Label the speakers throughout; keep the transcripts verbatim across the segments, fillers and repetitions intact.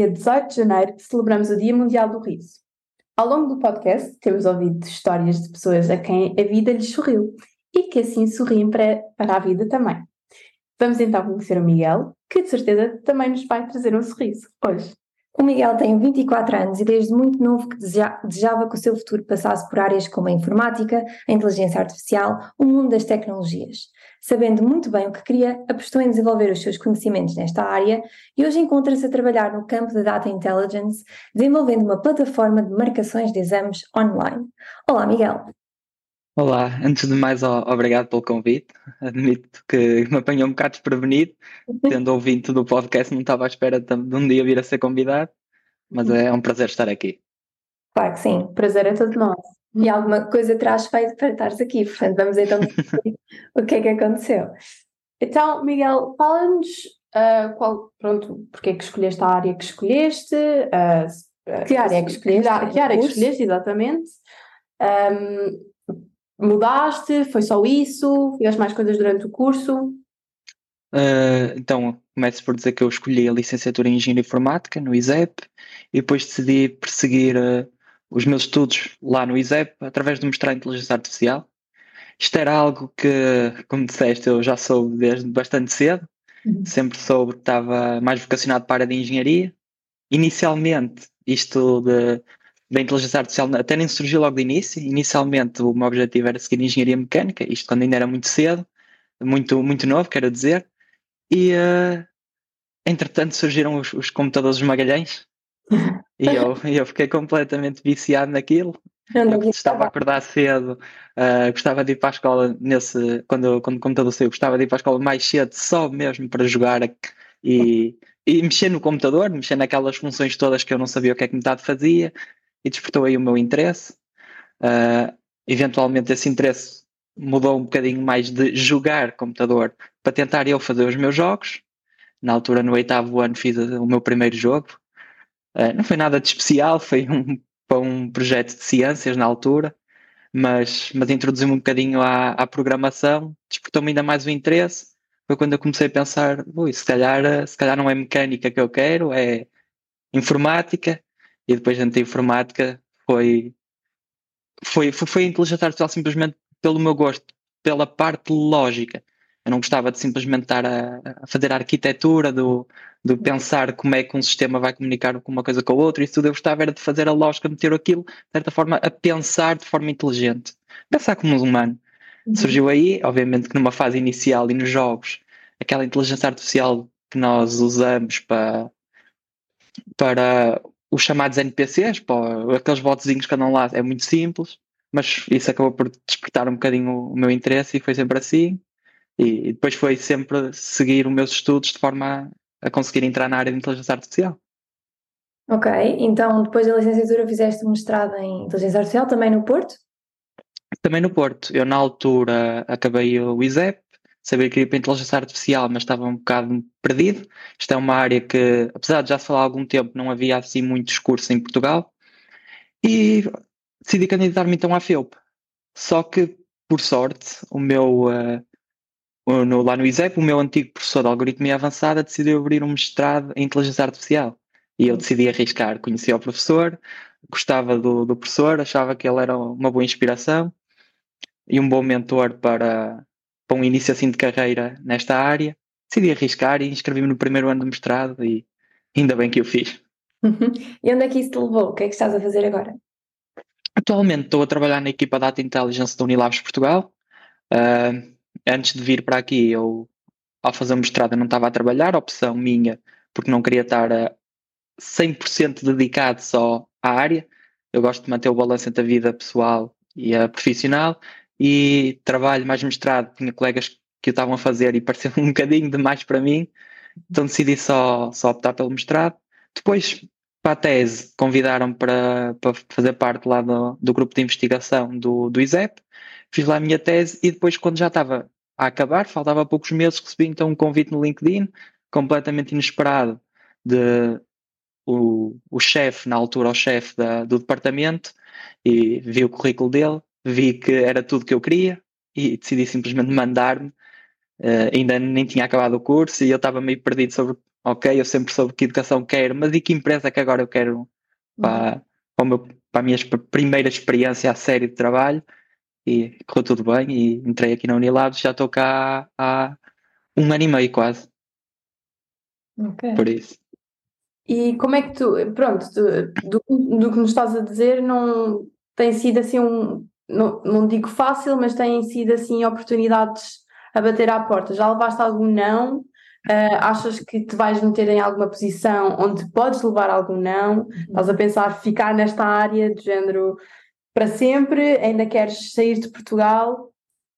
Speaker 1: dia dezoito de janeiro, celebramos o Dia Mundial do Riso. Ao longo do podcast, temos ouvido histórias de pessoas a quem a vida lhes sorriu e que assim sorriem para, para a vida também. Vamos então conhecer o Miguel, que de certeza também nos vai trazer um sorriso hoje.
Speaker 2: O Miguel tem vinte e quatro anos e desde muito novo que deseja, desejava que o seu futuro passasse por áreas como a informática, a inteligência artificial, o mundo das tecnologias. Sabendo muito bem o que queria, apostou em desenvolver os seus conhecimentos nesta área e hoje encontra-se a trabalhar no campo da Data Intelligence, desenvolvendo uma plataforma de marcações de exames online. Olá, Miguel.
Speaker 3: Olá, antes de mais, ó, obrigado pelo convite. Admito que me apanhou um bocado desprevenido, tendo ouvinte do podcast, não estava à espera de, de um dia vir a ser convidado, mas é um prazer estar aqui.
Speaker 2: Claro que sim,
Speaker 1: O prazer é todo nosso.
Speaker 2: e alguma coisa terás feito para estares aqui, portanto vamos então ver o que é que aconteceu.
Speaker 1: Então, Miguel, fala-nos uh, qual, pronto, porque é que escolheste a área que escolheste, uh,
Speaker 2: Que área é que escolheste?
Speaker 1: Que, área- que área é que
Speaker 2: Curso?
Speaker 1: escolheste, exatamente. Um, mudaste, foi só isso? Fizeste mais coisas durante o curso?
Speaker 3: Uh, então, começo por dizer que eu escolhi a licenciatura em Engenharia Informática no I S E P e depois decidi perseguir uh, os meus estudos lá no I S E P através do mestrado em Inteligência Artificial. Isto era algo que, como disseste, eu já soube desde bastante cedo.
Speaker 2: Uhum.
Speaker 3: Sempre soube que estava mais vocacionado para a área de engenharia. Inicialmente, isto de, da inteligência artificial até nem surgiu logo de início. Inicialmente, o meu objetivo era seguir engenharia mecânica, isto quando ainda era muito cedo, muito, muito novo, quero dizer. E, uh, entretanto, surgiram os, os computadores Magalhães e eu, eu fiquei completamente viciado naquilo.
Speaker 2: Não,
Speaker 3: Eu
Speaker 2: não
Speaker 3: gostava de acordar cedo, uh, gostava de ir para a escola nesse, quando, quando o computador saiu, gostava de ir para a escola mais cedo, só mesmo para jogar e, e mexer no computador, mexer naquelas funções todas que eu não sabia o que é que metade fazia, e despertou aí o meu interesse. Uh, eventualmente esse interesse mudou um bocadinho mais de jogar computador para tentar eu fazer os meus jogos. Na altura, no oitavo ano, fiz o meu primeiro jogo. Uh, não foi nada de especial, foi um, para um projeto de ciências na altura, mas, mas introduzi-me um bocadinho à, à programação, despertou-me ainda mais o interesse. Foi quando eu comecei a pensar, ui, se calhar, se calhar não é mecânica que eu quero, é informática, e depois dentro da informática foi, foi, foi, foi a inteligência artificial simplesmente pelo meu gosto, pela parte lógica. Eu não gostava de simplesmente estar a, a fazer a arquitetura do, do pensar como é que um sistema vai comunicar com uma coisa com a outra. Isso tudo eu gostava era de fazer a lógica, meter aquilo, de certa forma, a pensar de forma inteligente. Pensar como um humano.
Speaker 2: Uhum.
Speaker 3: Surgiu aí, obviamente que numa fase inicial e nos jogos, aquela inteligência artificial que nós usamos para, para os chamados N P Cs, para aqueles botezinhos que andam lá, é muito simples, mas isso acabou por despertar um bocadinho o meu interesse e foi sempre assim. E depois foi sempre seguir os meus estudos de forma a, a conseguir entrar na área de inteligência artificial.
Speaker 2: Ok, então depois da licenciatura fizeste um mestrado em inteligência artificial também no Porto?
Speaker 3: Também no Porto. Eu, na altura, acabei o I S E P, sabia que ia para a inteligência artificial, mas estava um bocado perdido. Isto é uma área que, apesar de já se falar há algum tempo, não havia assim muitos cursos em Portugal. E decidi candidatar-me então à FEUP. Só que, por sorte, o meu, uh, no, lá no I S E P, o meu antigo professor de algoritmia avançada decidiu abrir um mestrado em inteligência artificial. E eu decidi arriscar. Conheci o professor, gostava do, do professor, achava que ele era uma boa inspiração e um bom mentor para, para um início assim de carreira nesta área. Decidi arriscar e inscrevi-me no primeiro ano do mestrado e ainda bem que o fiz.
Speaker 2: Uhum. E onde é que isso te levou? O que é que estás a fazer agora?
Speaker 3: Atualmente estou a trabalhar na equipa Data Intelligence da Unilabs Portugal. Uh, antes de vir para aqui, eu, ao fazer o mestrado, eu não estava a trabalhar, opção minha, porque não queria estar a cem por cento dedicado só à área. Eu gosto de manter o balanço entre a vida pessoal e a profissional, e trabalho mais mestrado, tinha colegas que o estavam a fazer e pareceu um bocadinho demais para mim, então decidi só, só optar pelo mestrado. Depois, para a tese, convidaram-me para, para fazer parte lá do, do grupo de investigação do, do I S E P, fiz lá a minha tese e depois, quando já estava a acabar, faltava poucos meses, recebi então um convite no LinkedIn, completamente inesperado, de o, o chefe, na altura o chefe do departamento, e vi o currículo dele, vi que era tudo que eu queria e decidi simplesmente mandar-me. Uh, ainda nem tinha acabado o curso e eu estava meio perdido sobre ok, eu sempre soube que educação quero, mas e que empresa é que agora eu quero para, para, o meu, para a minha primeira experiência a sério de trabalho? E correu tudo bem e entrei aqui na Unilabs, já estou cá há um ano e meio quase,
Speaker 2: Ok.
Speaker 3: por isso.
Speaker 1: E como é que tu, pronto, tu- do, do que nos estás a dizer, não tem sido assim um, não, não digo fácil, mas têm sido assim oportunidades a bater à porta. Já levaste algum não? Ah, achas que te vais meter em alguma posição onde podes levar algum não? Estás a pensar ficar nesta área de género para sempre? Ainda queres sair de Portugal?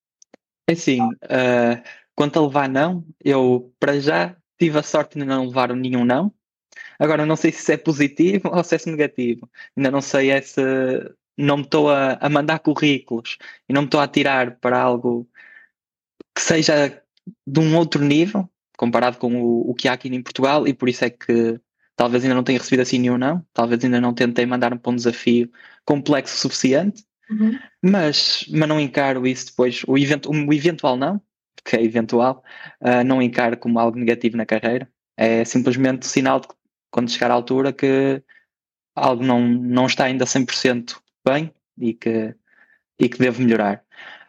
Speaker 3: É assim, uh, quanto a levar não, eu para já tive a sorte de não levar nenhum não. Agora não sei se isso é positivo ou se é negativo. Ainda não sei é se não me estou a, a mandar currículos e não me estou a tirar para algo que seja de um outro nível, comparado com o, o que há aqui em Portugal, e por isso é que talvez ainda não tenha recebido assim nenhum não, talvez ainda não tentei mandar-me para um desafio complexo o suficiente,
Speaker 1: Uhum.
Speaker 3: mas, mas não encaro isso depois, o, evento, o eventual não, que é eventual, uh, não encaro como algo negativo na carreira, é simplesmente sinal de que quando chegar à altura que algo não, não está ainda cem por cento bem e que, e que devo melhorar.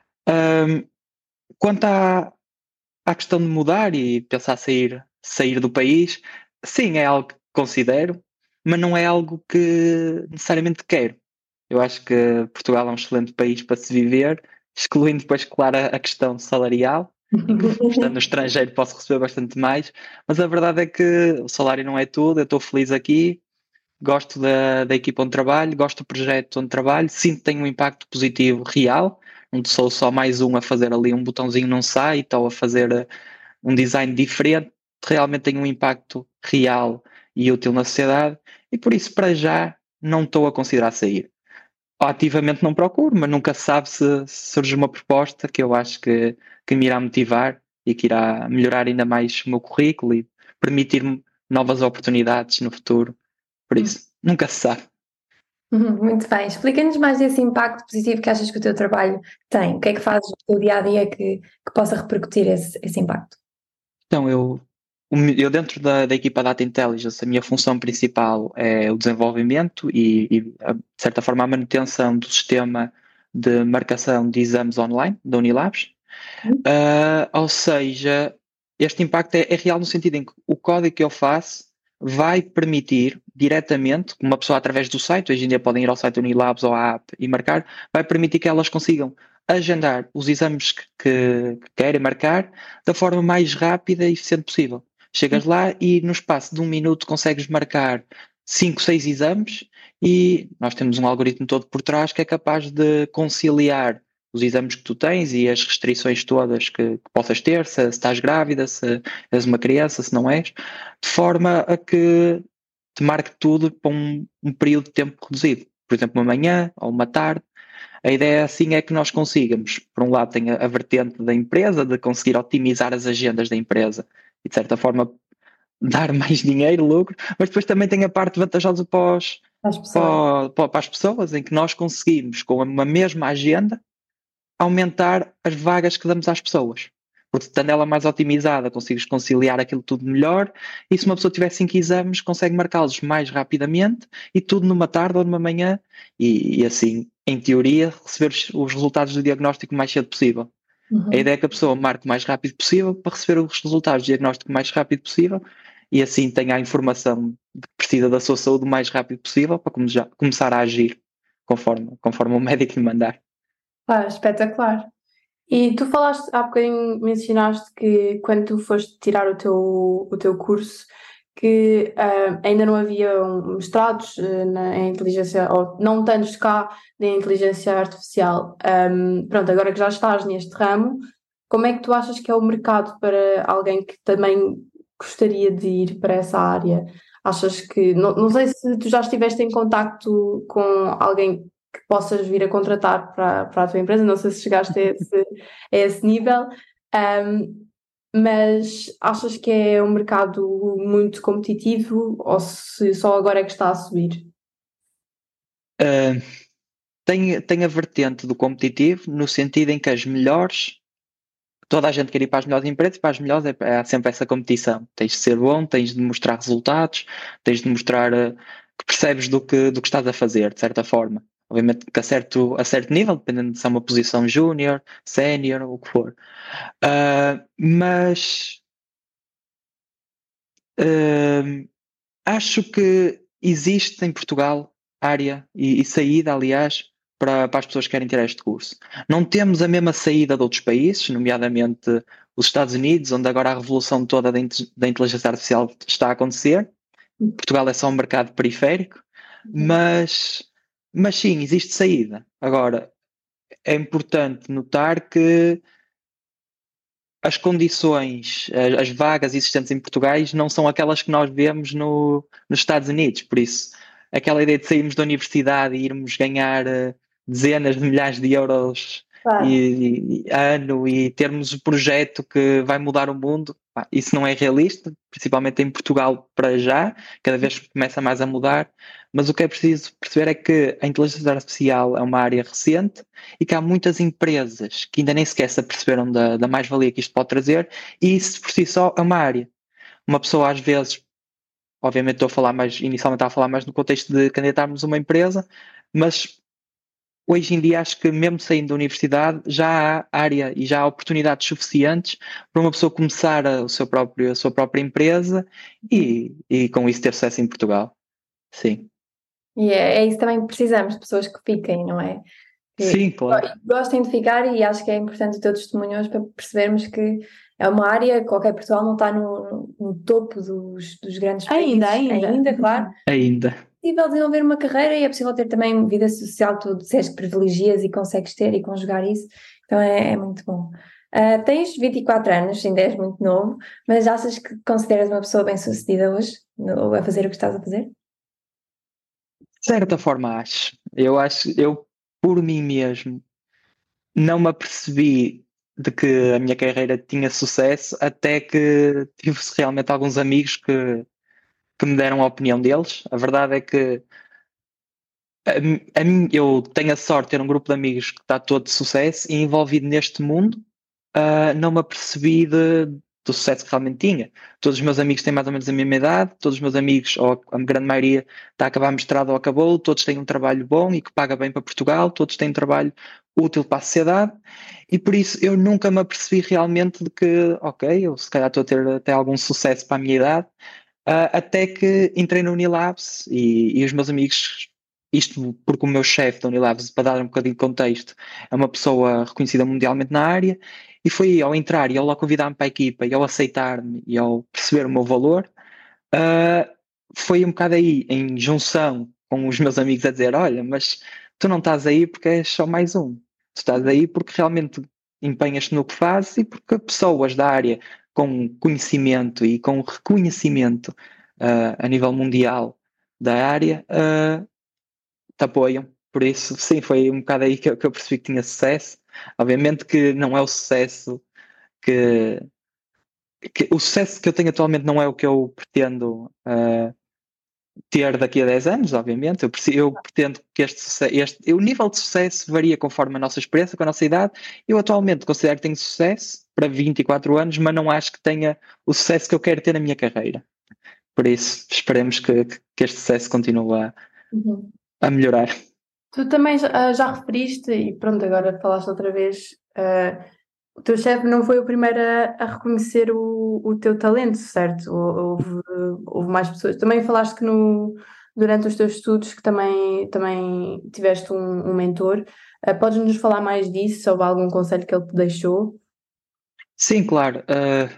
Speaker 3: Um, quanto à, à questão de mudar e pensar sair, sair do país, sim, é algo que considero, mas não é algo que necessariamente quero. Eu acho que Portugal é um excelente país para se viver, excluindo depois, claro, a a questão salarial, em que, estando no estrangeiro, posso receber bastante mais, mas a verdade é que o salário não é tudo, eu estou feliz aqui, gosto da, da equipa onde trabalho, gosto do projeto onde trabalho, sinto que tem um impacto positivo real, não sou só mais um a fazer ali um botãozinho num site ou a fazer uh, um design diferente, realmente tem um impacto real e útil na sociedade e por isso para já não estou a considerar sair. Ativamente não procuro, mas nunca se sabe se, se surge uma proposta que eu acho que, que me irá motivar e que irá melhorar ainda mais o meu currículo e permitir-me novas oportunidades no futuro. Por isso, nunca se sabe.
Speaker 2: Muito bem. Explica-nos mais desse impacto positivo que achas que o teu trabalho tem. O que é que fazes no teu dia a dia que, que possa repercutir esse, esse impacto?
Speaker 3: Então, eu, o me- eu dentro da, da equipa Data Intelligence, a minha função principal é o desenvolvimento e, e, a- de certa forma, a manutenção do sistema de marcação de exames online da Unilabs.
Speaker 2: Uhum.
Speaker 3: Ah, ou seja, este impacto é, é real no sentido em que o código que eu faço vai permitir diretamente, uma pessoa através do site, hoje em dia podem ir ao site Unilabs ou à app e marcar, vai permitir que elas consigam agendar os exames que, que, que querem marcar da forma mais rápida e eficiente possível. Chegas lá e no espaço de um minuto consegues marcar cinco, seis exames e nós temos um algoritmo todo por trás que é capaz de conciliar os exames que tu tens e as restrições todas que, que possas ter, se, se estás grávida, se és uma criança, se não és, de forma a que te marque tudo para um, um período de tempo reduzido. Por exemplo, uma manhã ou uma tarde. A ideia assim é que nós consigamos, por um lado, tem a, a vertente da empresa, de conseguir otimizar as agendas da empresa e, de certa forma, dar mais dinheiro, lucro, mas depois também tem a parte vantajosa para, os,
Speaker 2: As pessoas.
Speaker 3: para, para, para as pessoas, em que nós conseguimos, com uma mesma agenda, aumentar as vagas que damos às pessoas. Porque estando ela mais otimizada, consegues conciliar aquilo tudo melhor, e se uma pessoa tiver cinco exames, consegue marcá-los mais rapidamente, e tudo numa tarde ou numa manhã, e, e assim, em teoria, receber os, os resultados do diagnóstico o mais cedo possível. A
Speaker 2: Uhum.
Speaker 3: ideia é que a pessoa marque o mais rápido possível para receber os resultados do diagnóstico o mais rápido possível, e assim tenha a informação que precisa da sua saúde o mais rápido possível para come- já- começar a agir conforme, conforme o médico lhe mandar.
Speaker 1: Claro, espetacular. E tu falaste, há bocadinho mencionaste que quando tu foste tirar o teu, o teu curso, que ah, ainda não havia um- mestrados eh, na, em inteligência, ou não tantos cá, em inteligência artificial. Ahm, pronto, agora que já estás neste ramo, como é que tu achas que é o mercado para alguém que também gostaria de ir para essa área? Achas que, não, não sei se tu já estiveste em contacto com alguém que possas vir a contratar para, para a tua empresa, não sei se chegaste a esse, a esse nível, ahm, mas achas que é um mercado muito competitivo ou se só agora é que está a subir?
Speaker 3: Uh, tem, tem a vertente do competitivo, no sentido em que as melhores toda a gente quer ir para as melhores empresas e para as melhores é, é, há sempre essa competição. Tens de ser bom, tens de mostrar resultados, tens de mostrar uh, que percebes do que, do que estás a fazer, de certa forma. Obviamente que a certo, a certo nível, dependendo de se é uma posição júnior, sénior, ou o que for. Uh, mas uh, acho que existe em Portugal área e, e saída, aliás, para, para as pessoas que querem tirar este curso. Não temos a mesma saída de outros países, nomeadamente os Estados Unidos, onde agora a revolução toda da, da inteligência artificial está a acontecer. Portugal é só um mercado periférico, mas, mas sim, existe saída. Agora, é importante notar que as condições, as, as vagas existentes em Portugal não são aquelas que nós vemos no, nos Estados Unidos, por isso aquela ideia de sairmos da universidade e irmos ganhar uh, dezenas de milhares de euros
Speaker 2: Claro.
Speaker 3: e, e, ano e termos o projeto que vai mudar o mundo, pá, isso não é realista, principalmente em Portugal para já, cada vez começa mais a mudar, mas o que é preciso perceber é que a inteligência artificial é uma área recente e que há muitas empresas que ainda nem sequer se aperceberam da, da mais-valia que isto pode trazer, e isso por si só é uma área. Uma pessoa às vezes, obviamente estou a falar mais, inicialmente estava a falar mais no contexto de candidatarmos uma empresa, mas hoje em dia acho que mesmo saindo da universidade já há área e já há oportunidades suficientes para uma pessoa começar a, o seu próprio, a sua própria empresa e, e com isso ter sucesso em Portugal. Sim.
Speaker 2: E é, é isso também que precisamos, de pessoas que fiquem, não é? Que
Speaker 3: Sim, claro.
Speaker 2: gostem de ficar, e acho que é importante o teu testemunho hoje para percebermos que é uma área que qualquer Portugal não está no, no topo dos, dos grandes países.
Speaker 1: Ainda, ainda.
Speaker 2: Ainda, claro.
Speaker 3: Ainda.
Speaker 2: É possível desenvolver uma carreira e é possível ter também vida social, tu disseste que privilegias e consegues ter e conjugar isso, então é, é muito bom. Uh, tens vinte e quatro anos, ainda és muito novo, mas achas que consideras uma pessoa bem-sucedida hoje, no, a fazer o que estás a fazer?
Speaker 3: De certa forma acho. Eu acho, eu por mim mesmo não me apercebi de que a minha carreira tinha sucesso até que tive realmente alguns amigos que, que me deram a opinião deles. A verdade é que a, mim- a mim, eu tenho a sorte de ter um grupo de amigos que está todo de sucesso e envolvido neste mundo. Ah, não me apercebi de, do sucesso que realmente tinha. Todos os meus amigos têm mais ou menos a mesma idade, todos os meus amigos, ou a grande maioria, está a acabar mestrado ou acabou, todos têm um trabalho bom e que paga bem para Portugal, todos têm um trabalho útil para a sociedade, e por isso eu nunca me apercebi realmente de que, ok, eu se calhar estou a ter até algum sucesso para a minha idade, ah, até que entrei na Unilabs e, e os meus amigos. Isto porque o meu chefe da Unilabs, para dar um bocadinho de contexto, é uma pessoa reconhecida mundialmente na área, e foi ao entrar e ao lá convidar-me para a equipa e ao aceitar-me e ao perceber o meu valor, uh, foi um bocado aí, em junção com os meus amigos a dizer, olha, mas tu não estás aí porque és só mais um. Tu estás aí porque realmente empenhas-te no que fazes e porque pessoas da área com conhecimento e com reconhecimento uh, a nível mundial da área uh, te apoiam. Por isso, sim, foi um bocado aí que eu, que eu percebi que tinha sucesso. Obviamente que não é o sucesso que, que o sucesso que eu tenho atualmente não é o que eu pretendo uh, ter daqui a dez anos, obviamente. Eu, preciso, eu pretendo que este, sucesso, este o nível de sucesso varia conforme a nossa experiência, com a nossa idade. Eu atualmente considero que tenho sucesso para vinte e quatro anos, mas não acho que tenha o sucesso que eu quero ter na minha carreira. Por isso, esperemos que, que este sucesso continue a,
Speaker 2: Uhum.
Speaker 3: a melhorar.
Speaker 1: Tu também já, já referiste, e pronto, agora falaste outra vez, uh, o teu chefe não foi o primeiro a, a reconhecer o, o teu talento, certo? Houve, houve mais pessoas. Também falaste que no, durante os teus estudos que também, também tiveste um, um mentor. Uh, podes-nos falar mais disso, sobre algum conselho que ele te deixou?
Speaker 3: Sim, claro. Uh,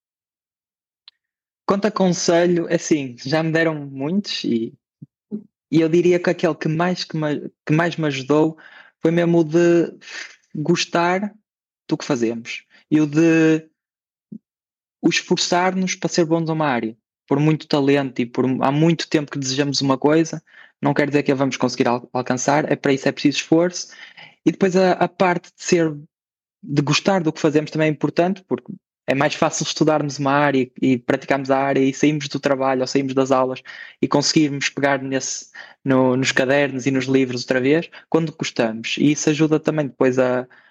Speaker 3: quanto a conselho, assim, já me deram muitos e E eu diria que aquele que mais, que, me, que mais me ajudou foi mesmo o de gostar do que fazemos e o de o esforçar-nos para ser bons a uma área. Por muito talento e por há muito tempo que desejamos uma coisa, não quer dizer que a vamos conseguir al alcançar, é para isso é preciso esforço. E depois a, a parte de ser, de gostar do que fazemos também é importante, porque é mais fácil estudarmos uma área e praticarmos a área e sairmos do trabalho ou sairmos das aulas e conseguirmos pegar nesse, no, nos cadernos e nos livros outra vez, quando gostamos. E isso ajuda também depois a,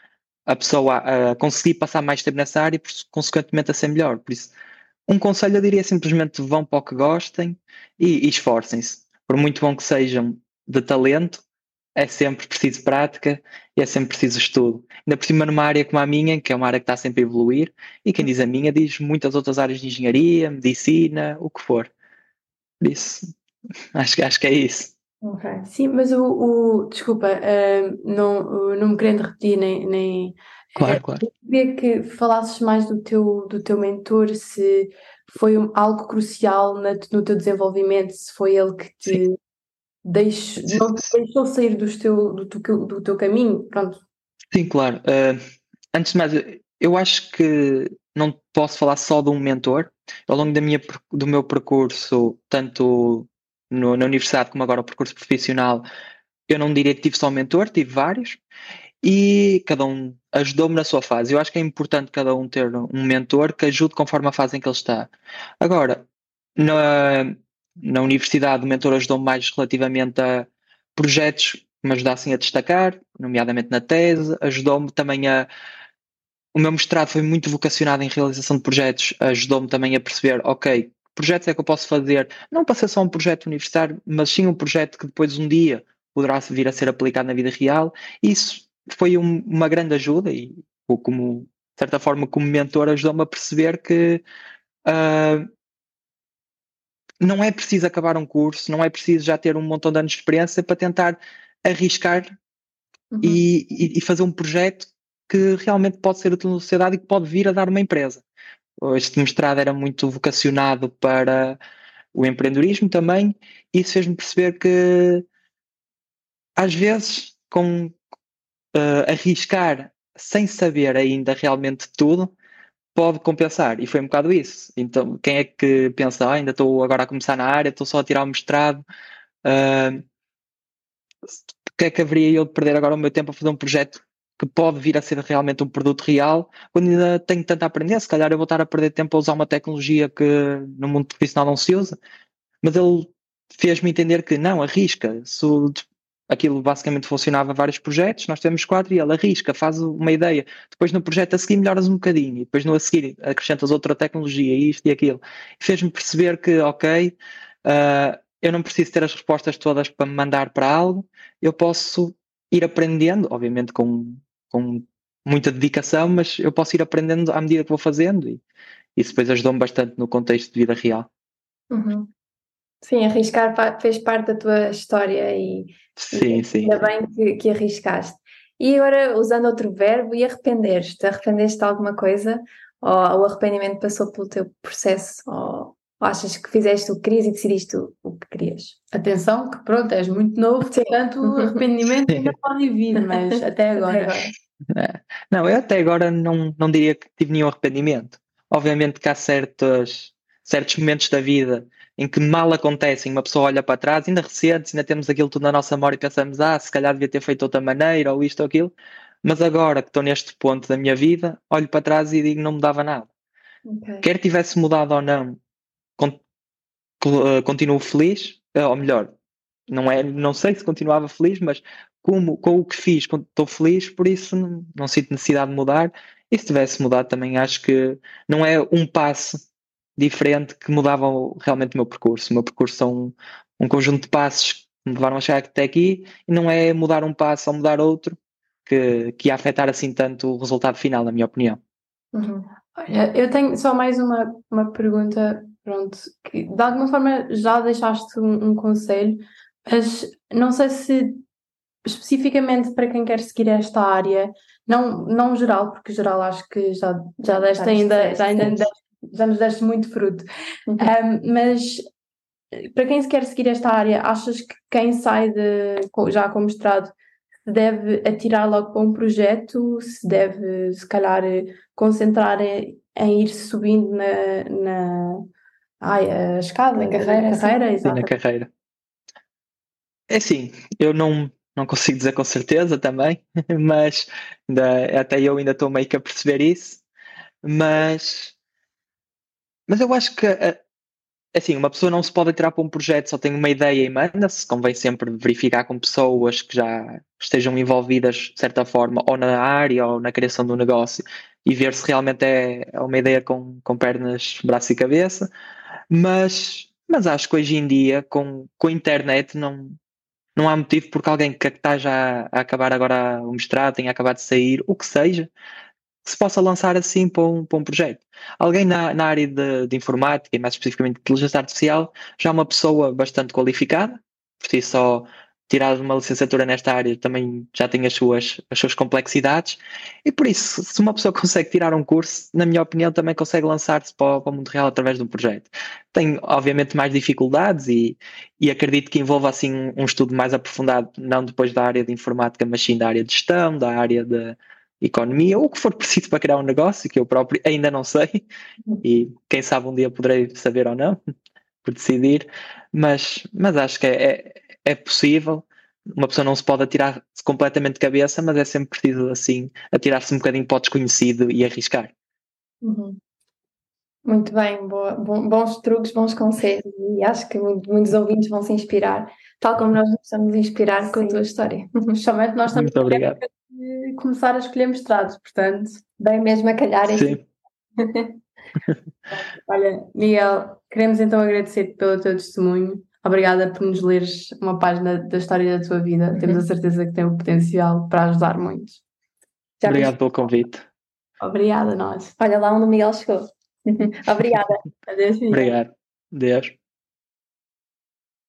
Speaker 3: a pessoa a, a conseguir passar mais tempo nessa área e, por- consequentemente, a ser melhor. Por isso, um conselho eu diria simplesmente vão para o que gostem e, e esforcem-se. Por muito bom que sejam de talento, é sempre preciso prática e é sempre preciso estudo. Ainda por cima numa área como a minha, que é uma área que está sempre a evoluir, e quem diz a minha diz muitas outras áreas de engenharia, medicina, o que for. Por isso, acho, que- acho que é isso.
Speaker 2: Ok.
Speaker 1: Sim, mas o, o- desculpa, ah, não, não me querendo repetir nem, nem
Speaker 3: Claro, claro.
Speaker 1: queria que falasses mais do teu, do teu mentor, se foi um- algo crucial na- no teu desenvolvimento, se foi ele que
Speaker 3: Sim.
Speaker 1: te deixou, não te deixou sair do teu, do, teu, do teu caminho, pronto.
Speaker 3: Sim, claro. Uh, antes de mais, eu acho que não posso falar só de um mentor. Ao longo da minha, per- do meu percurso, tanto no- na universidade como agora o percurso profissional, eu não diria que tive só um mentor, tive vários, e cada um ajudou-me na sua fase. Eu acho que é importante cada um ter um mentor que ajude conforme a fase em que ele está. Agora, na, na universidade, o mentor ajudou-me mais relativamente a projetos que me ajudassem a destacar, nomeadamente na tese, ajudou-me também a. O meu mestrado foi muito vocacionado em realização de projetos, ajudou-me também a perceber, ok, que projetos é que eu posso fazer, não para ser só um projeto universitário, mas sim um projeto que depois um dia poderá vir a ser aplicado na vida real. Isso foi um- uma grande ajuda e, ou como, de certa forma, como mentor, ajudou-me a perceber que ah, não é preciso acabar um curso, não é preciso já ter um montão de anos de experiência para tentar arriscar
Speaker 2: Uhum.
Speaker 3: e, e- e fazer um projeto que realmente pode ser útil na sociedade e que pode vir a dar uma empresa. Este mestrado era muito vocacionado para o empreendedorismo também, e isso fez-me perceber que, às vezes, com eh, arriscar sem saber ainda realmente tudo, pode compensar. E foi um bocado isso. Então, quem é que pensa, ah, ainda estou agora a começar na área, estou só a tirar o mestrado, uh, porque é que haveria eu de perder agora o meu tempo a fazer um projeto que pode vir a ser realmente um produto real, quando ainda tenho tanto a aprender? Se calhar eu vou estar a perder tempo a usar uma tecnologia que no mundo profissional não se usa. Mas ele fez-me entender que não, arrisca. Se o- aquilo basicamente funcionava vários projetos, nós temos quatro, e ele arrisca, faz uma ideia. Depois no projeto a seguir melhoras um bocadinho, e depois no a seguir acrescentas outra tecnologia, isto e aquilo. E fez-me perceber que, ok, ah, eu não preciso ter as respostas todas para me mandar para algo, eu posso ir aprendendo, obviamente com, com muita dedicação, mas eu posso ir aprendendo à medida que vou fazendo, e isso depois ajudou-me bastante no contexto de vida real.
Speaker 2: Uhum. Sim, arriscar pa- fez parte da tua história e, e
Speaker 3: Sim, sim,
Speaker 2: ainda
Speaker 3: sim.
Speaker 2: bem que, que arriscaste. E agora, usando outro verbo, e arrependeste? Arrependeste de alguma coisa? Ou o arrependimento passou pelo teu processo? Ou, ou achas que fizeste o que querias e decidiste o, o que querias?
Speaker 1: Atenção, que pronto, és muito novo,
Speaker 2: Sim.
Speaker 1: portanto o arrependimento ainda pode vir, mas até
Speaker 2: Até
Speaker 1: agora.
Speaker 2: agora.
Speaker 3: É. Não, eu até agora não, não diria que tive nenhum arrependimento. Obviamente que há certos, certos momentos da vida em que mal acontecem, uma pessoa olha para trás, ainda recentes, ainda temos aquilo tudo na nossa memória e pensamos, ah, se calhar devia ter feito de outra maneira, ou isto ou aquilo. Mas agora que estou neste ponto da minha vida, olho para trás e digo não mudava nada.
Speaker 2: Ok.
Speaker 3: Quer tivesse mudado ou não, con- co- eh, continuo feliz, eh, ou melhor, não é, não sei se continuava feliz, mas como, com o que fiz, con- estou feliz, por isso não, não sinto necessidade de mudar. E se tivesse mudado também acho que não é um passo diferente que mudava o- realmente o meu percurso. O meu percurso são um, um conjunto de passos que me levaram a chegar até aqui, e não é mudar um passo ou mudar outro que, que ia afetar assim tanto o resultado final, na minha opinião.
Speaker 2: Uhum.
Speaker 1: Olha, eu tenho só mais uma, uma pergunta, pronto, que de alguma forma já deixaste um, um conselho, mas não sei se especificamente para quem quer seguir esta área, não, não geral, porque geral acho que já, já deste
Speaker 2: Já nos
Speaker 1: ainda,
Speaker 2: disseste,
Speaker 1: já, ainda
Speaker 2: sim.
Speaker 1: deste- já nos deste muito fruto.
Speaker 2: Uhum.
Speaker 1: Um, mas eh, para quem se quer seguir esta área, achas que quem sai de, co- já com mestrado se deve atirar logo para um projeto, se deve se calhar eh, concentrar em, em ir subindo na, na ai, a escada,
Speaker 2: Na carreira,
Speaker 1: a carreira,
Speaker 2: sim.
Speaker 3: E na
Speaker 1: exato.
Speaker 3: carreira. É assim, eu não, não consigo dizer com certeza também, mas ainda, até eu ainda estou meio que a perceber isso. Mas, mas eu acho que a, assim, uma pessoa não se pode tirar para um projeto, só tem uma ideia e manda-se, convém sempre verificar com pessoas que já estejam envolvidas de certa forma, ou na área, ou na criação do negócio, e ver se realmente é, é uma ideia com, com pernas, braço e cabeça. Mas, mas acho que hoje em dia, com, com a internet, não, não há motivo porque alguém que está já a acabar agora o mestrado, tenha acabado de sair, o que seja, que se possa lançar assim para um, para um projeto. Alguém na, na área de, de informática, e mais especificamente de inteligência artificial, já é uma pessoa bastante qualificada, por si só tirar uma licenciatura nesta área também já tem as suas, as suas complexidades, e por isso, se uma pessoa consegue tirar um curso, na minha opinião, também consegue lançar-se para, o- para o mundo real através de um projeto. Tem, obviamente, mais dificuldades e, e acredito que envolva assim um, um estudo mais aprofundado, não depois da área de informática, mas sim da área de gestão, da área de economia, ou o que for preciso para criar um negócio, que eu próprio ainda não sei, e quem sabe um dia poderei saber ou não, por decidir, mas, mas acho que é, é, é possível. Uma pessoa não se pode atirar completamente de cabeça, mas é sempre preciso assim atirar-se um bocadinho para o desconhecido e arriscar.
Speaker 2: Uhum. Muito bem, boa- bom- bons truques, bons conselhos, e acho que muito- muitos ouvintes vão se inspirar, tal como nós nos estamos a inspirar com a tua história.
Speaker 1: Especialmente nós estamos
Speaker 3: Muito
Speaker 1: na
Speaker 3: obrigado.
Speaker 1: época de começar a escolher mestrados, portanto.
Speaker 2: Bem mesmo a calhar aqui.
Speaker 3: Sim,
Speaker 1: Olha, Miguel, queremos então agradecer-te pelo teu testemunho. Obrigada por nos leres uma página da história da tua vida. Temos a certeza que tem o potencial para ajudar muitos.
Speaker 2: Já
Speaker 3: obrigado
Speaker 2: viste?
Speaker 3: pelo convite.
Speaker 1: Obrigada a nós.
Speaker 2: Olha lá onde o Miguel chegou. Obrigada.
Speaker 1: Adeus, Miguel.
Speaker 3: Obrigado. Deus.